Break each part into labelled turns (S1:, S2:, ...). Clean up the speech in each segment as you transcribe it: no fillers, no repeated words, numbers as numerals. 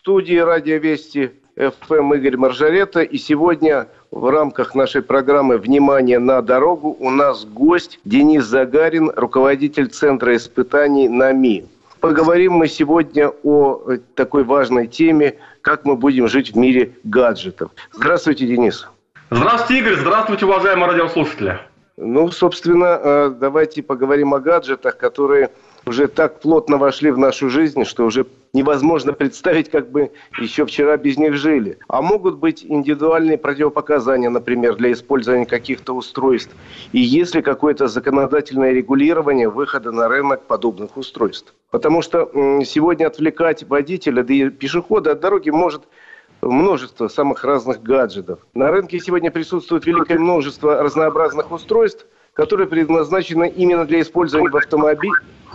S1: студии «Радио Вести ФМ» Игорь Маржарета. И сегодня в рамках нашей программы «Внимание на дорогу» у нас гость Денис Загарин, руководитель Центра испытаний НАМИ. Поговорим мы сегодня о такой важной теме, как мы будем жить в мире гаджетов. Здравствуйте, Денис.
S2: Здравствуйте, Игорь. Здравствуйте, уважаемые радиослушатели.
S1: Собственно, давайте поговорим о гаджетах, которые уже так плотно вошли в нашу жизнь, что уже невозможно представить, как бы еще вчера без них жили. А могут быть индивидуальные противопоказания, например, для использования каких-то устройств. И есть ли какое-то законодательное регулирование выхода на рынок подобных устройств? Потому что сегодня отвлекать водителя, да и пешехода от дороги может множество самых разных гаджетов. На рынке сегодня присутствует великое множество разнообразных устройств, которые предназначены именно для использования в автомобиле,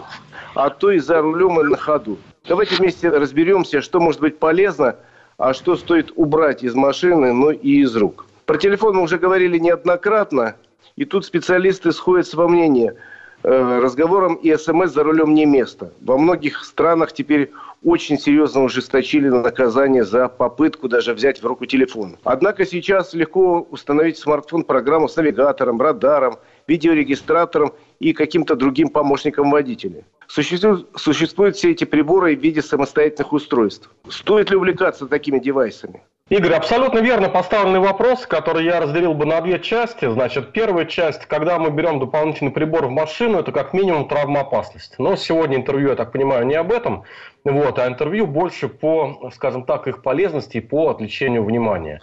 S1: а то и за рулем и на ходу. Давайте вместе разберемся, что может быть полезно, а что стоит убрать из машины, но и из рук. Про телефон мы уже говорили неоднократно, и тут специалисты сходятся во мнении. Разговорам и СМС за рулем не место. Во многих странах теперь очень серьезно ужесточили наказание за попытку даже взять в руку телефон. Однако сейчас легко установить в смартфон программу с навигатором, радаром, видеорегистратором и каким-то другим помощником водителя. Существуют все эти приборы в виде самостоятельных устройств. Стоит ли увлекаться такими девайсами?
S2: Игорь, абсолютно верно поставленный вопрос, который я разделил бы на две части. Значит, первая часть, когда мы берем дополнительный прибор в машину, это как минимум травмоопасность. Но сегодня интервью, я так понимаю, не об этом, а интервью больше по, скажем так, их полезности и по отвлечению внимания.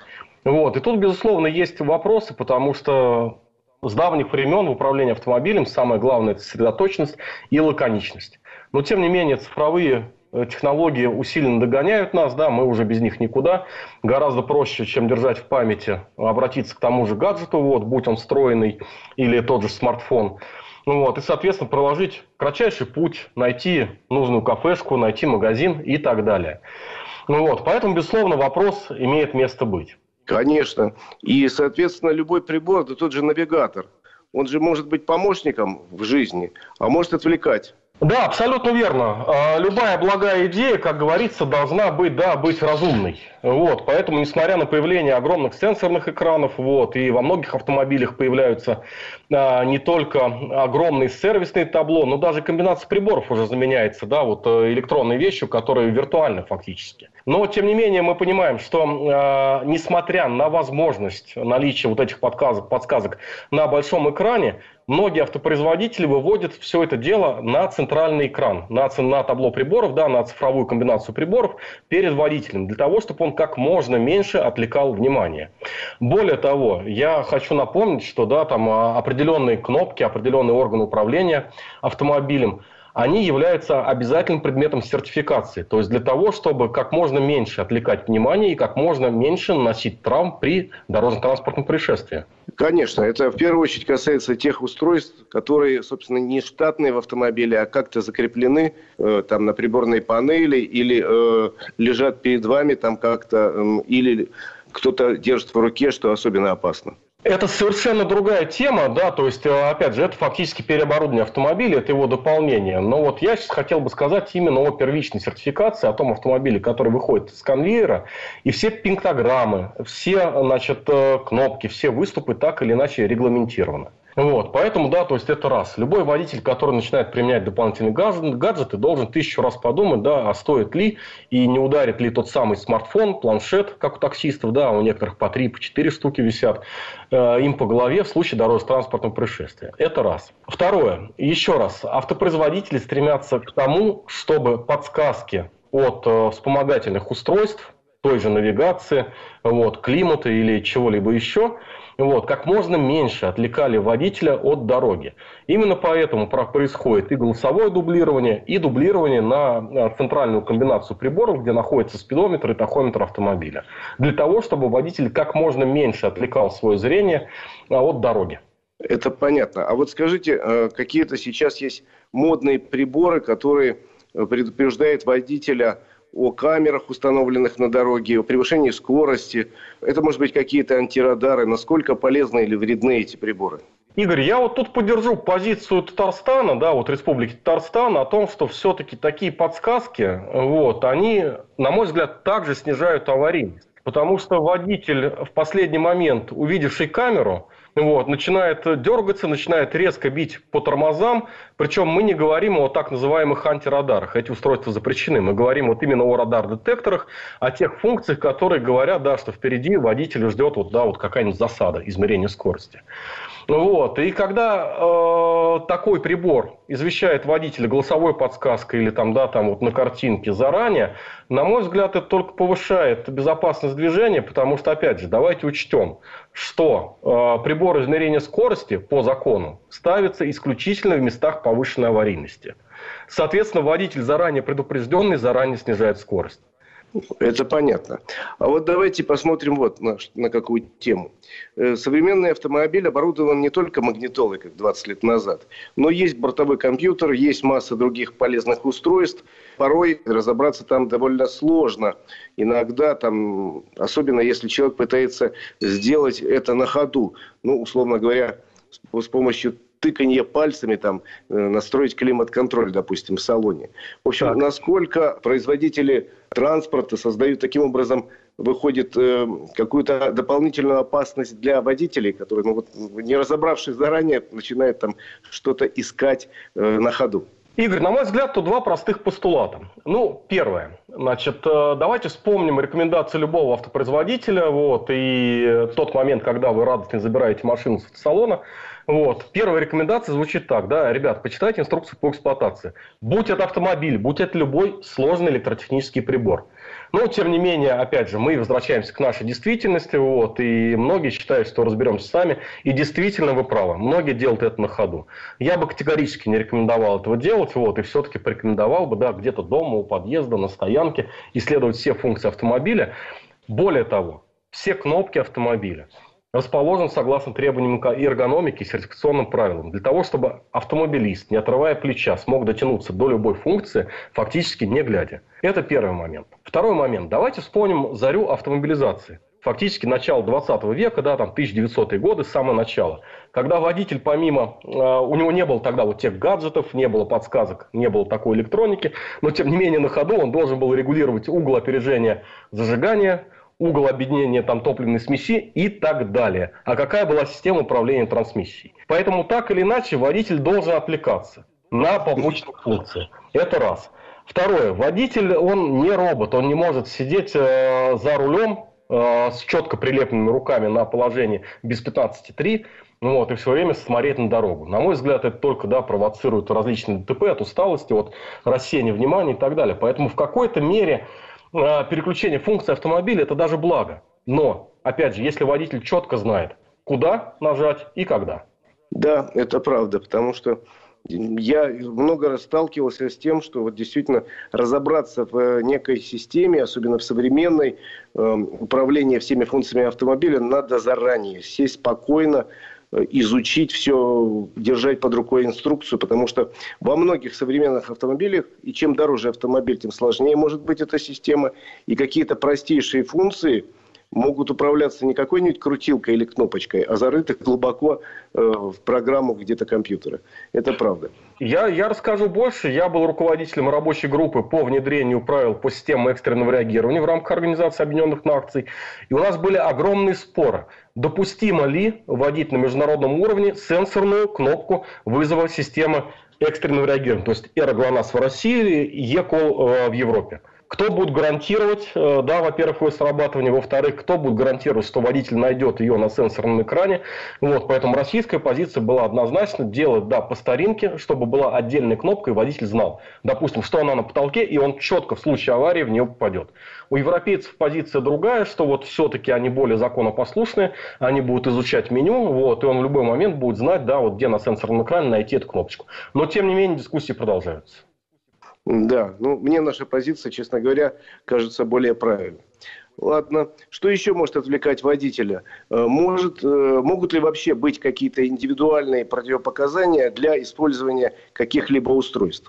S2: И тут, безусловно, есть вопросы, потому что с давних времен в управлении автомобилем самое главное – это сосредоточенность и лаконичность. Но, тем не менее, цифровые технологии усиленно догоняют нас, мы уже без них никуда. Гораздо проще, чем держать в памяти, обратиться к тому же гаджету, будь он встроенный или тот же смартфон. И, соответственно, проложить кратчайший путь, найти нужную кафешку, найти магазин и так далее. Поэтому, безусловно, вопрос имеет место быть.
S1: Конечно. И, соответственно, любой прибор, да тот же навигатор, он же может быть помощником в жизни, а может отвлекать.
S2: Да, абсолютно верно. Любая благая идея, как говорится, должна быть, быть разумной. Поэтому, несмотря на появление огромных сенсорных экранов, и во многих автомобилях появляются не только огромные сервисные табло, но даже комбинация приборов уже заменяется, электронной вещью, которая виртуальна фактически. Но, тем не менее, мы понимаем, что, несмотря на возможность наличия этих подсказок на большом экране, многие автопроизводители выводят все это дело на центральный экран, на табло приборов, на цифровую комбинацию приборов перед водителем, для того, чтобы он как можно меньше отвлекал внимание. Более того, я хочу напомнить, что определенные кнопки, определенные органы управления автомобилем, они являются обязательным предметом сертификации. То есть для того, чтобы как можно меньше отвлекать внимание и как можно меньше наносить травм при дорожно-транспортном происшествии.
S1: Конечно, это в первую очередь касается тех устройств, которые, собственно, не штатные в автомобиле, а как-то закреплены на приборной панели или лежат перед вами как-то, или кто-то держит в руке, что особенно опасно.
S2: Это совершенно другая тема, то есть, опять же, это фактически переоборудование автомобиля, это его дополнение. Но я сейчас хотел бы сказать именно о первичной сертификации, о том автомобиле, который выходит с конвейера, и все пиктограммы, все, кнопки, все выступы так или иначе регламентированы. Поэтому, то есть это раз. Любой водитель, который начинает применять дополнительные гаджеты, должен 1000 раз подумать, а стоит ли и не ударит ли тот самый смартфон, планшет, как у таксистов, у некоторых по 3, по 4 штуки висят, им по голове в случае дорожно-транспортного происшествия. Это раз. Второе. Еще раз. Автопроизводители стремятся к тому, чтобы подсказки от вспомогательных устройств, той же навигации, климата или чего-либо еще, как можно меньше отвлекали водителя от дороги. Именно поэтому происходит и голосовое дублирование, и дублирование на центральную комбинацию приборов, где находится спидометр и тахометр автомобиля. Для того, чтобы водитель как можно меньше отвлекал свое зрение от дороги.
S1: Это понятно. А скажите, какие-то сейчас есть модные приборы, которые предупреждают водителя о камерах, установленных на дороге, о превышении скорости. Это, может быть, какие-то антирадары. Насколько полезны или вредны эти приборы?
S2: Игорь, я вот тут поддержу позицию Татарстана, да, вот Республики Татарстан, о том, что все-таки такие подсказки, вот, они, на мой взгляд, также снижают аварийность. Потому что водитель в последний момент, увидевший камеру, вот, начинает дергаться, начинает резко бить по тормозам. Причем мы не говорим о так называемых антирадарах. Эти устройства запрещены. Мы говорим вот именно о радар-детекторах, о тех функциях, которые говорят, да, что впереди водителя ждет вот, да, вот какая-нибудь засада, измерение скорости. Вот. И когда такой прибор извещает водителя голосовой подсказкой или там, да, там вот на картинке заранее, на мой взгляд, это только повышает безопасность движения, потому что, опять же, давайте учтем, что прибор измерения скорости по закону ставится исключительно в местах повышенной аварийности. Соответственно, водитель заранее предупрежденный заранее снижает скорость.
S1: Это понятно. А вот давайте посмотрим вот на какую тему. Современный автомобиль оборудован не только магнитолой, как 20 лет назад, но есть бортовой компьютер, есть масса других полезных устройств. Порой разобраться там довольно сложно. Иногда, там, особенно если человек пытается сделать это на ходу, ну, условно говоря, с помощью тыканье пальцами, там, настроить климат-контроль, допустим, в салоне. В общем, насколько производители транспорта создают таким образом, выходит, какую-то дополнительную опасность для водителей, которые, ну, вот, не разобравшись заранее, начинают там что-то искать на ходу.
S2: Игорь, на мой взгляд, тут два простых постулата. Ну, первое. Значит, давайте вспомним рекомендации любого автопроизводителя. Вот, и тот момент, когда вы радостно забираете машину с автосалона. Вот. Первая рекомендация звучит так, да, ребят, почитайте инструкцию по эксплуатации. Будь это автомобиль, будь это любой сложный электротехнический прибор. Но, тем не менее, опять же, мы возвращаемся к нашей действительности, вот, и многие считают, что разберемся сами, и действительно вы правы, многие делают это на ходу. Я бы категорически не рекомендовал этого делать, вот, и все-таки порекомендовал бы, да, где-то дома, у подъезда, на стоянке, исследовать все функции автомобиля. Более того, все кнопки автомобиля расположен согласно требованиям эргономики и сертификационным правилам, для того, чтобы автомобилист, не отрывая плеча, смог дотянуться до любой функции, фактически не глядя. Это первый момент. Второй момент. Давайте вспомним зарю автомобилизации. Фактически начало 20 века, да, там 1900-е годы, самое начало. Когда водитель, помимо, у него не было тогда вот тех гаджетов, не было подсказок, не было такой электроники, но тем не менее на ходу он должен был регулировать угол опережения зажигания, угол объединения там, топливной смеси и так далее. А какая была система управления трансмиссией? Поэтому так или иначе водитель должен отвлекаться на побочные функции. Это раз. Второе. Водитель, он не робот, он не может сидеть за рулем с четко прилепленными руками на положении без 15,3, вот, и все время смотреть на дорогу. На мой взгляд, это только, да, провоцирует различные ДТП от усталости, от рассеяния внимания и так далее. Поэтому в какой-то мере переключение функций автомобиля – это даже благо. Но, опять же, если водитель четко знает, куда нажать и когда.
S1: Да, это правда, потому что я много раз сталкивался с тем, что вот действительно разобраться в некой системе, особенно в современной, управлении всеми функциями автомобиля, надо заранее сесть спокойно, изучить все, держать под рукой инструкцию, потому что во многих современных автомобилях, и чем дороже автомобиль, тем сложнее может быть эта система, и какие-то простейшие функции могут управляться не какой-нибудь крутилкой или кнопочкой, а зарыты глубоко в программу где-то компьютера. Это правда.
S2: Я расскажу больше. Я был руководителем рабочей группы по внедрению правил по системам экстренного реагирования в рамках Организации Объединенных Наций. И у нас были огромные споры. Допустимо ли вводить на международном уровне сенсорную кнопку вызова системы экстренного реагирования, то есть ЭРО-ГЛОНАСС в России, ЕКОЛ в Европе. Кто будет гарантировать, да, во-первых, ее срабатывание, во-вторых, кто будет гарантировать, что водитель найдет ее на сенсорном экране. Вот, поэтому российская позиция была однозначно делать, да, по старинке, чтобы была отдельная кнопка, и водитель знал, допустим, что она на потолке, и он четко в случае аварии в нее попадет. У европейцев позиция другая, что вот все-таки они более законопослушные, они будут изучать меню, вот, и он в любой момент будет знать, да, вот где на сенсорном экране найти эту кнопочку. Но, тем не менее, дискуссии продолжаются.
S1: Да, ну, мне наша позиция, честно говоря, кажется более правильной. Ладно, что еще может отвлекать водителя? Могут ли вообще быть какие-то индивидуальные противопоказания для использования каких-либо устройств?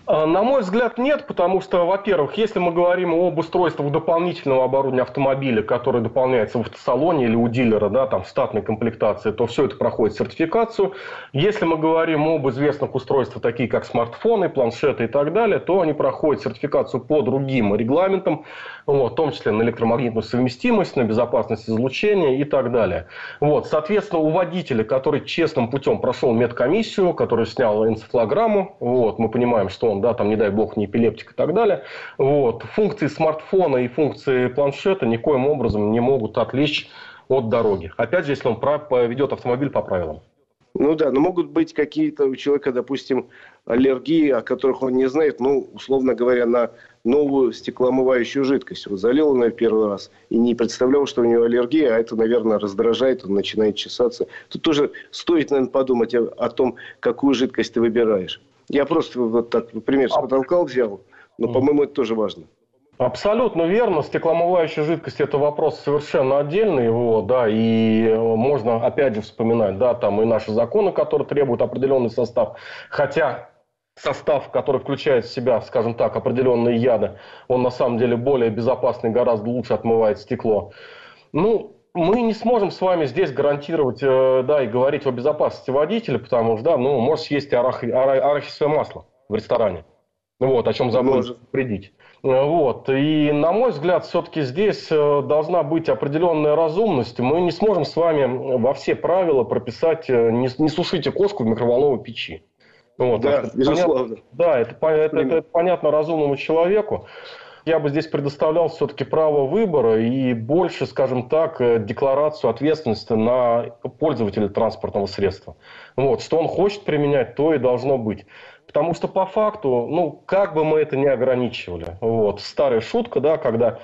S2: На мой взгляд, нет, потому что, во-первых, если мы говорим об устройствах дополнительного оборудования автомобиля, которое дополняется в автосалоне или у дилера, да, там, в штатной комплектации, то все это проходит сертификацию. Если мы говорим об известных устройствах, такие как смартфоны, планшеты и так далее, то они проходят сертификацию по другим регламентам, вот, в том числе на электромагнитную совместимость, на безопасность излучения и так далее. Вот, соответственно, у водителя, который честным путем прошел медкомиссию, который снял энцефалограмму, вот, мы понимаем, что он, да, там, не дай бог, не эпилептик и так далее. Вот. Функции смартфона и функции планшета никоим образом не могут отвлечь от дороги. Опять же, если он ведет автомобиль по правилам.
S1: Ну да, но могут быть какие-то у человека, допустим, аллергии, о которых он не знает, ну, условно говоря, на новую стеклоомывающую жидкость. Вот залил он ее первый раз и не представлял, что у него аллергия, а это, наверное, раздражает, он начинает чесаться. Тут тоже стоит, наверное, подумать о том, какую жидкость ты выбираешь. Я просто вот так пример с потолка взял, но, по-моему, это тоже важно.
S2: Абсолютно верно. Стеклоомывающая жидкость – это вопрос совершенно отдельный. Его, да, и можно, опять же, вспоминать, да, там и наши законы, которые требуют определенный состав. Хотя состав, который включает в себя, скажем так, определенные яды, он на самом деле более безопасный, гораздо лучше отмывает стекло. Ну, мы не сможем с вами здесь гарантировать, да, и говорить о безопасности водителя, потому что, да, ну, может съесть арахисовое масло в ресторане. Вот, о чем забыли предупредить. Вот. И, на мой взгляд, все-таки здесь должна быть определенная разумность. Мы не сможем с вами во все правила прописать «не сушите кошку в микроволновой печи». Вот.
S1: Да, безусловно.
S2: Да, это понятно разумному человеку. Я бы здесь предоставлял все-таки право выбора и больше, скажем так, декларацию ответственности на пользователя транспортного средства. Вот. Что он хочет применять, то и должно быть. Потому что по факту, ну, как бы мы это ни ограничивали. Вот. Старая шутка, да, когда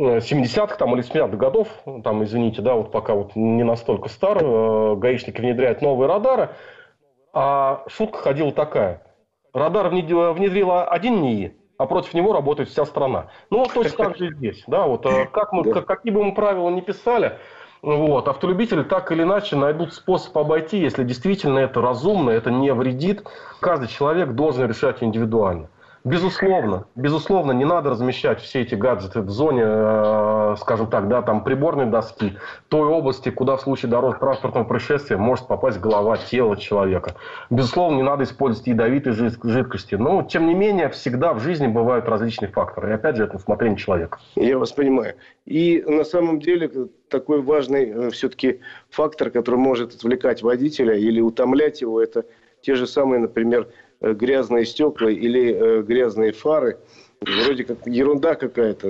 S2: 70-х там, или 70-х годов, там, извините, да, вот пока вот не настолько стар, гаишники внедряют новые радары, а шутка ходила такая. Радар внедрила один НИИ, а против него работает вся страна. Ну, вот точно так же и здесь. Да, вот, какие бы мы правила ни писали, вот, автолюбители так или иначе найдут способ обойти, если действительно это разумно, это не вредит. Каждый человек должен решать индивидуально. Безусловно, не надо размещать все эти гаджеты в зоне, скажем так, да, там, приборной доски, той области, куда в случае дорожно-транспортного происшествия может попасть голова, тело человека. Безусловно, не надо использовать ядовитые жидкости, но, тем не менее, всегда в жизни бывают различные факторы. И, опять же, это усмотрение человека. Я вас понимаю. И, на самом деле, такой важный все-таки фактор, который может отвлекать водителя или утомлять его, это те же самые, например, грязные стекла или грязные фары. Вроде как ерунда какая-то.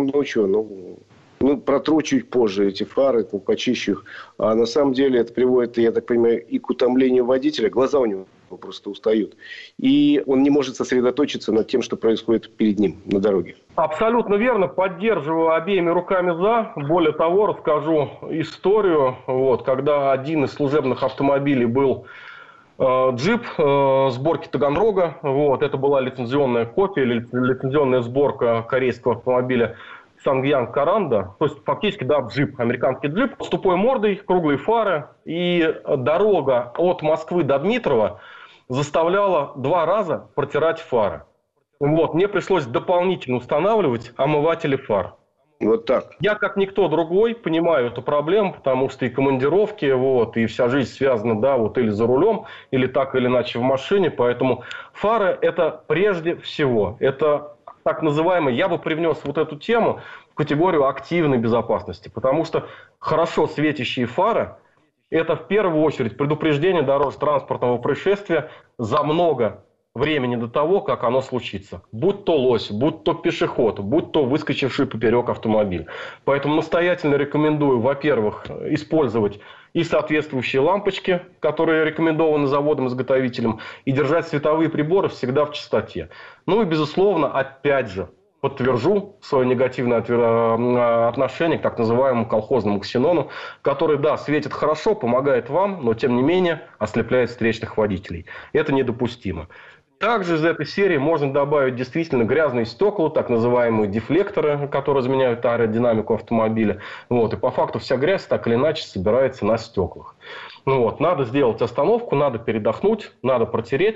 S2: Протру чуть позже эти фары, почищу их. А на самом деле это приводит, я так понимаю, и к утомлению водителя. Глаза у него просто устают. И он не может сосредоточиться над тем, что происходит перед ним на дороге. Абсолютно верно. Поддерживаю обеими руками за. Более того, расскажу историю. Вот, когда один из служебных автомобилей был джип сборки Таганрога. Вот, это была лицензионная копия или лицензионная сборка корейского автомобиля Сангьянг Каранда. То есть, фактически, да, джип, американский джип с тупой мордой, круглые фары. И дорога от Москвы до Дмитрова заставляла 2 раза протирать фары. Вот, мне пришлось дополнительно устанавливать омыватели фар. Вот так. Я, как никто другой, понимаю эту проблему, потому что и командировки, вот, и вся жизнь связана, да, вот, или за рулем, или так или иначе в машине. Поэтому фары – это прежде всего, это так называемый, я бы привнес вот эту тему в категорию активной безопасности, потому что хорошо светящие фары – это в первую очередь предупреждение дорожно-транспортного происшествия за много времени до того, как оно случится. Будь то лось, будь то пешеход, будь то выскочивший поперек автомобиль. Поэтому настоятельно рекомендую, во-первых, использовать и соответствующие лампочки, которые рекомендованы заводом-изготовителем, и держать световые приборы всегда в чистоте. Ну и, безусловно, опять же, подтвержу свое негативное отношение к так называемому колхозному ксенону, который, да, светит хорошо, помогает вам, но, тем не менее, ослепляет встречных водителей. Это недопустимо. Также из этой серии можно добавить действительно грязные стекла, так называемые дефлекторы, которые изменяют аэродинамику автомобиля. Вот. И по факту вся грязь так или иначе собирается на стеклах. Ну вот. Надо сделать остановку, надо передохнуть, надо протереть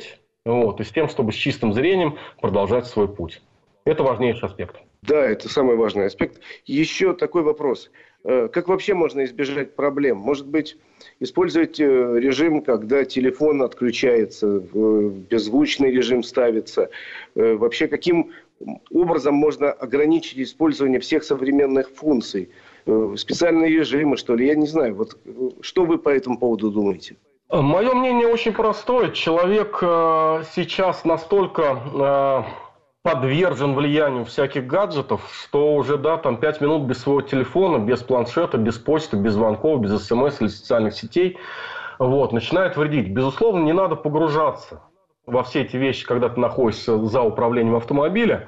S2: Вот, и с тем, чтобы с чистым зрением продолжать свой путь. Это важнейший аспект.
S1: Да, это самый важный аспект. Еще такой вопрос. Как вообще можно избежать проблем? Может быть, использовать режим, когда телефон отключается, беззвучный режим ставится? Вообще, каким образом можно ограничить использование всех современных функций? Специальные режимы, что ли? Я не знаю. Вот что вы по этому поводу думаете?
S2: Мое мнение очень простое. Человек сейчас настолько подвержен влиянию всяких гаджетов, что уже, да, там 5 минут без своего телефона, без планшета, без почты, без звонков, без смс или социальных сетей, вот, начинает вредить. Безусловно, не надо погружаться во все эти вещи, когда ты находишься за управлением автомобиля,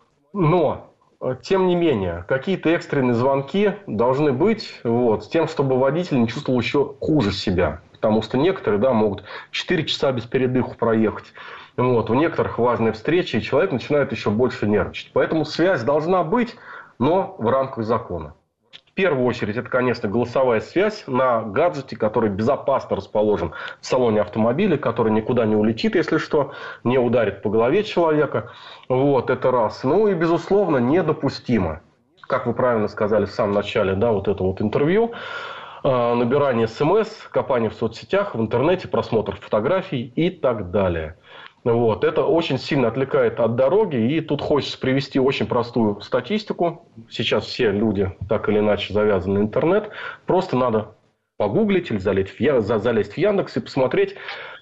S2: но, тем не менее, какие-то экстренные звонки должны быть, вот, с тем, чтобы водитель не чувствовал еще хуже себя. Потому что некоторые, да, могут 4 часа без передыху проехать. Вот, у некоторых важные встречи, и человек начинает еще больше нервничать. Поэтому связь должна быть, но в рамках закона. В первую очередь, это, конечно, голосовая связь на гаджете, который безопасно расположен в салоне автомобиля, который никуда не улетит, если что, не ударит по голове человека. Вот, это раз. Ну и, безусловно, недопустимо, как вы правильно сказали в самом начале, да, вот это вот интервью, набирание смс, копание в соцсетях, в интернете, просмотр фотографий и так далее. Вот. Это очень сильно отвлекает от дороги. И тут хочется привести очень простую статистику. Сейчас все люди так или иначе завязаны на интернет. Просто надо погуглить или залезть в Яндекс и посмотреть,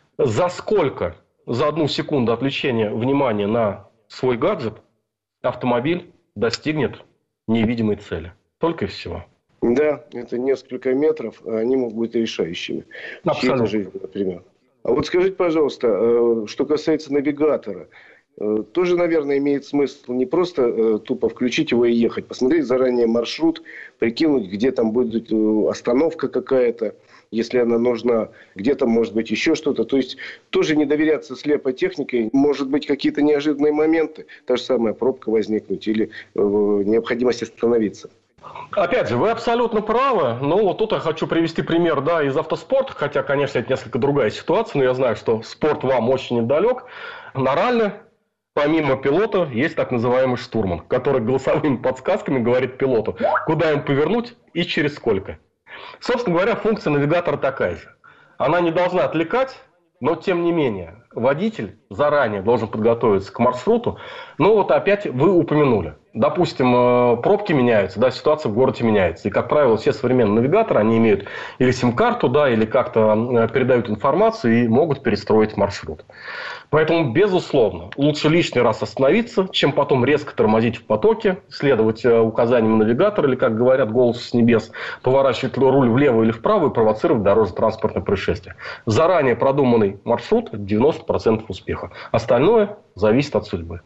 S2: за сколько за 1 секунду отвлечения внимания на свой гаджет автомобиль достигнет невидимой цели. Только и всего.
S1: Да, это несколько метров, а они могут быть решающими. В чьей-то жизни, например. А вот скажите, пожалуйста, что касается навигатора, тоже, наверное, имеет смысл не просто тупо включить его и ехать, посмотреть заранее маршрут, прикинуть, где там будет остановка какая-то, если она нужна, где там может быть еще что-то. То есть тоже не доверяться слепой технике. Может быть, какие-то неожиданные моменты, та же самая пробка возникнуть или необходимость остановиться.
S2: Опять же, вы абсолютно правы. Но вот тут я хочу привести пример, да, из автоспорта. Хотя, конечно, это несколько другая ситуация. Но я знаю, что спорт вам очень недалек. На ралли, помимо пилота, есть так называемый штурман, который голосовыми подсказками говорит пилоту, куда им повернуть и через сколько. Собственно говоря, функция навигатора такая же. Она не должна отвлекать, но тем не менее водитель заранее должен подготовиться к маршруту. Но вот опять вы упомянули. Допустим, пробки меняются, да, ситуация в городе меняется. И, как правило, все современные навигаторы, они имеют или сим-карту, да, или как-то передают информацию и могут перестроить маршрут. Поэтому, безусловно, лучше лишний раз остановиться, чем потом резко тормозить в потоке, следовать указаниям навигатора, или, как говорят, голосу с небес, поворачивать руль влево или вправо и провоцировать дорожно-транспортное происшествие. Заранее продуманный маршрут – 90% успеха. Остальное зависит от судьбы.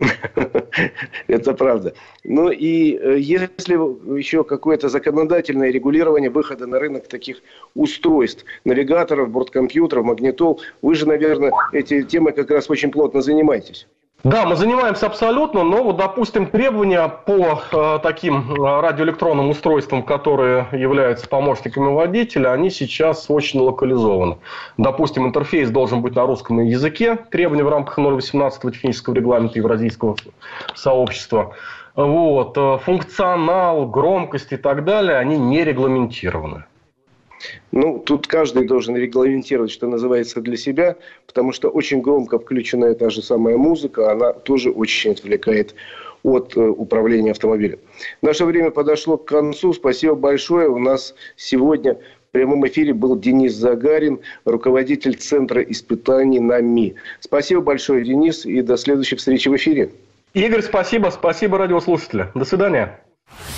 S1: Это правда. Ну и если еще какое-то законодательное регулирование выхода на рынок таких устройств, навигаторов, борткомпьютеров, магнитол, вы же, наверное, эти темы как раз очень плотно занимаетесь.
S2: Да, мы занимаемся абсолютно, но вот, допустим, требования по таким радиоэлектронным устройствам, которые являются помощниками водителя, они сейчас очень локализованы. Допустим, интерфейс должен быть на русском языке, требования в рамках 0.18 технического регламента Евразийского сообщества. Вот. Функционал, громкость и так далее, они не регламентированы.
S1: Ну, тут каждый должен регламентировать, что называется, для себя, потому что очень громко включенная та же самая музыка, она тоже очень отвлекает от управления автомобилем. Наше время подошло к концу. Спасибо большое. У нас сегодня в прямом эфире был Денис Загарин, руководитель Центра испытаний НАМИ. Спасибо большое, Денис, и до следующей встречи в эфире.
S2: Игорь, спасибо. Спасибо, радиослушатели. До свидания.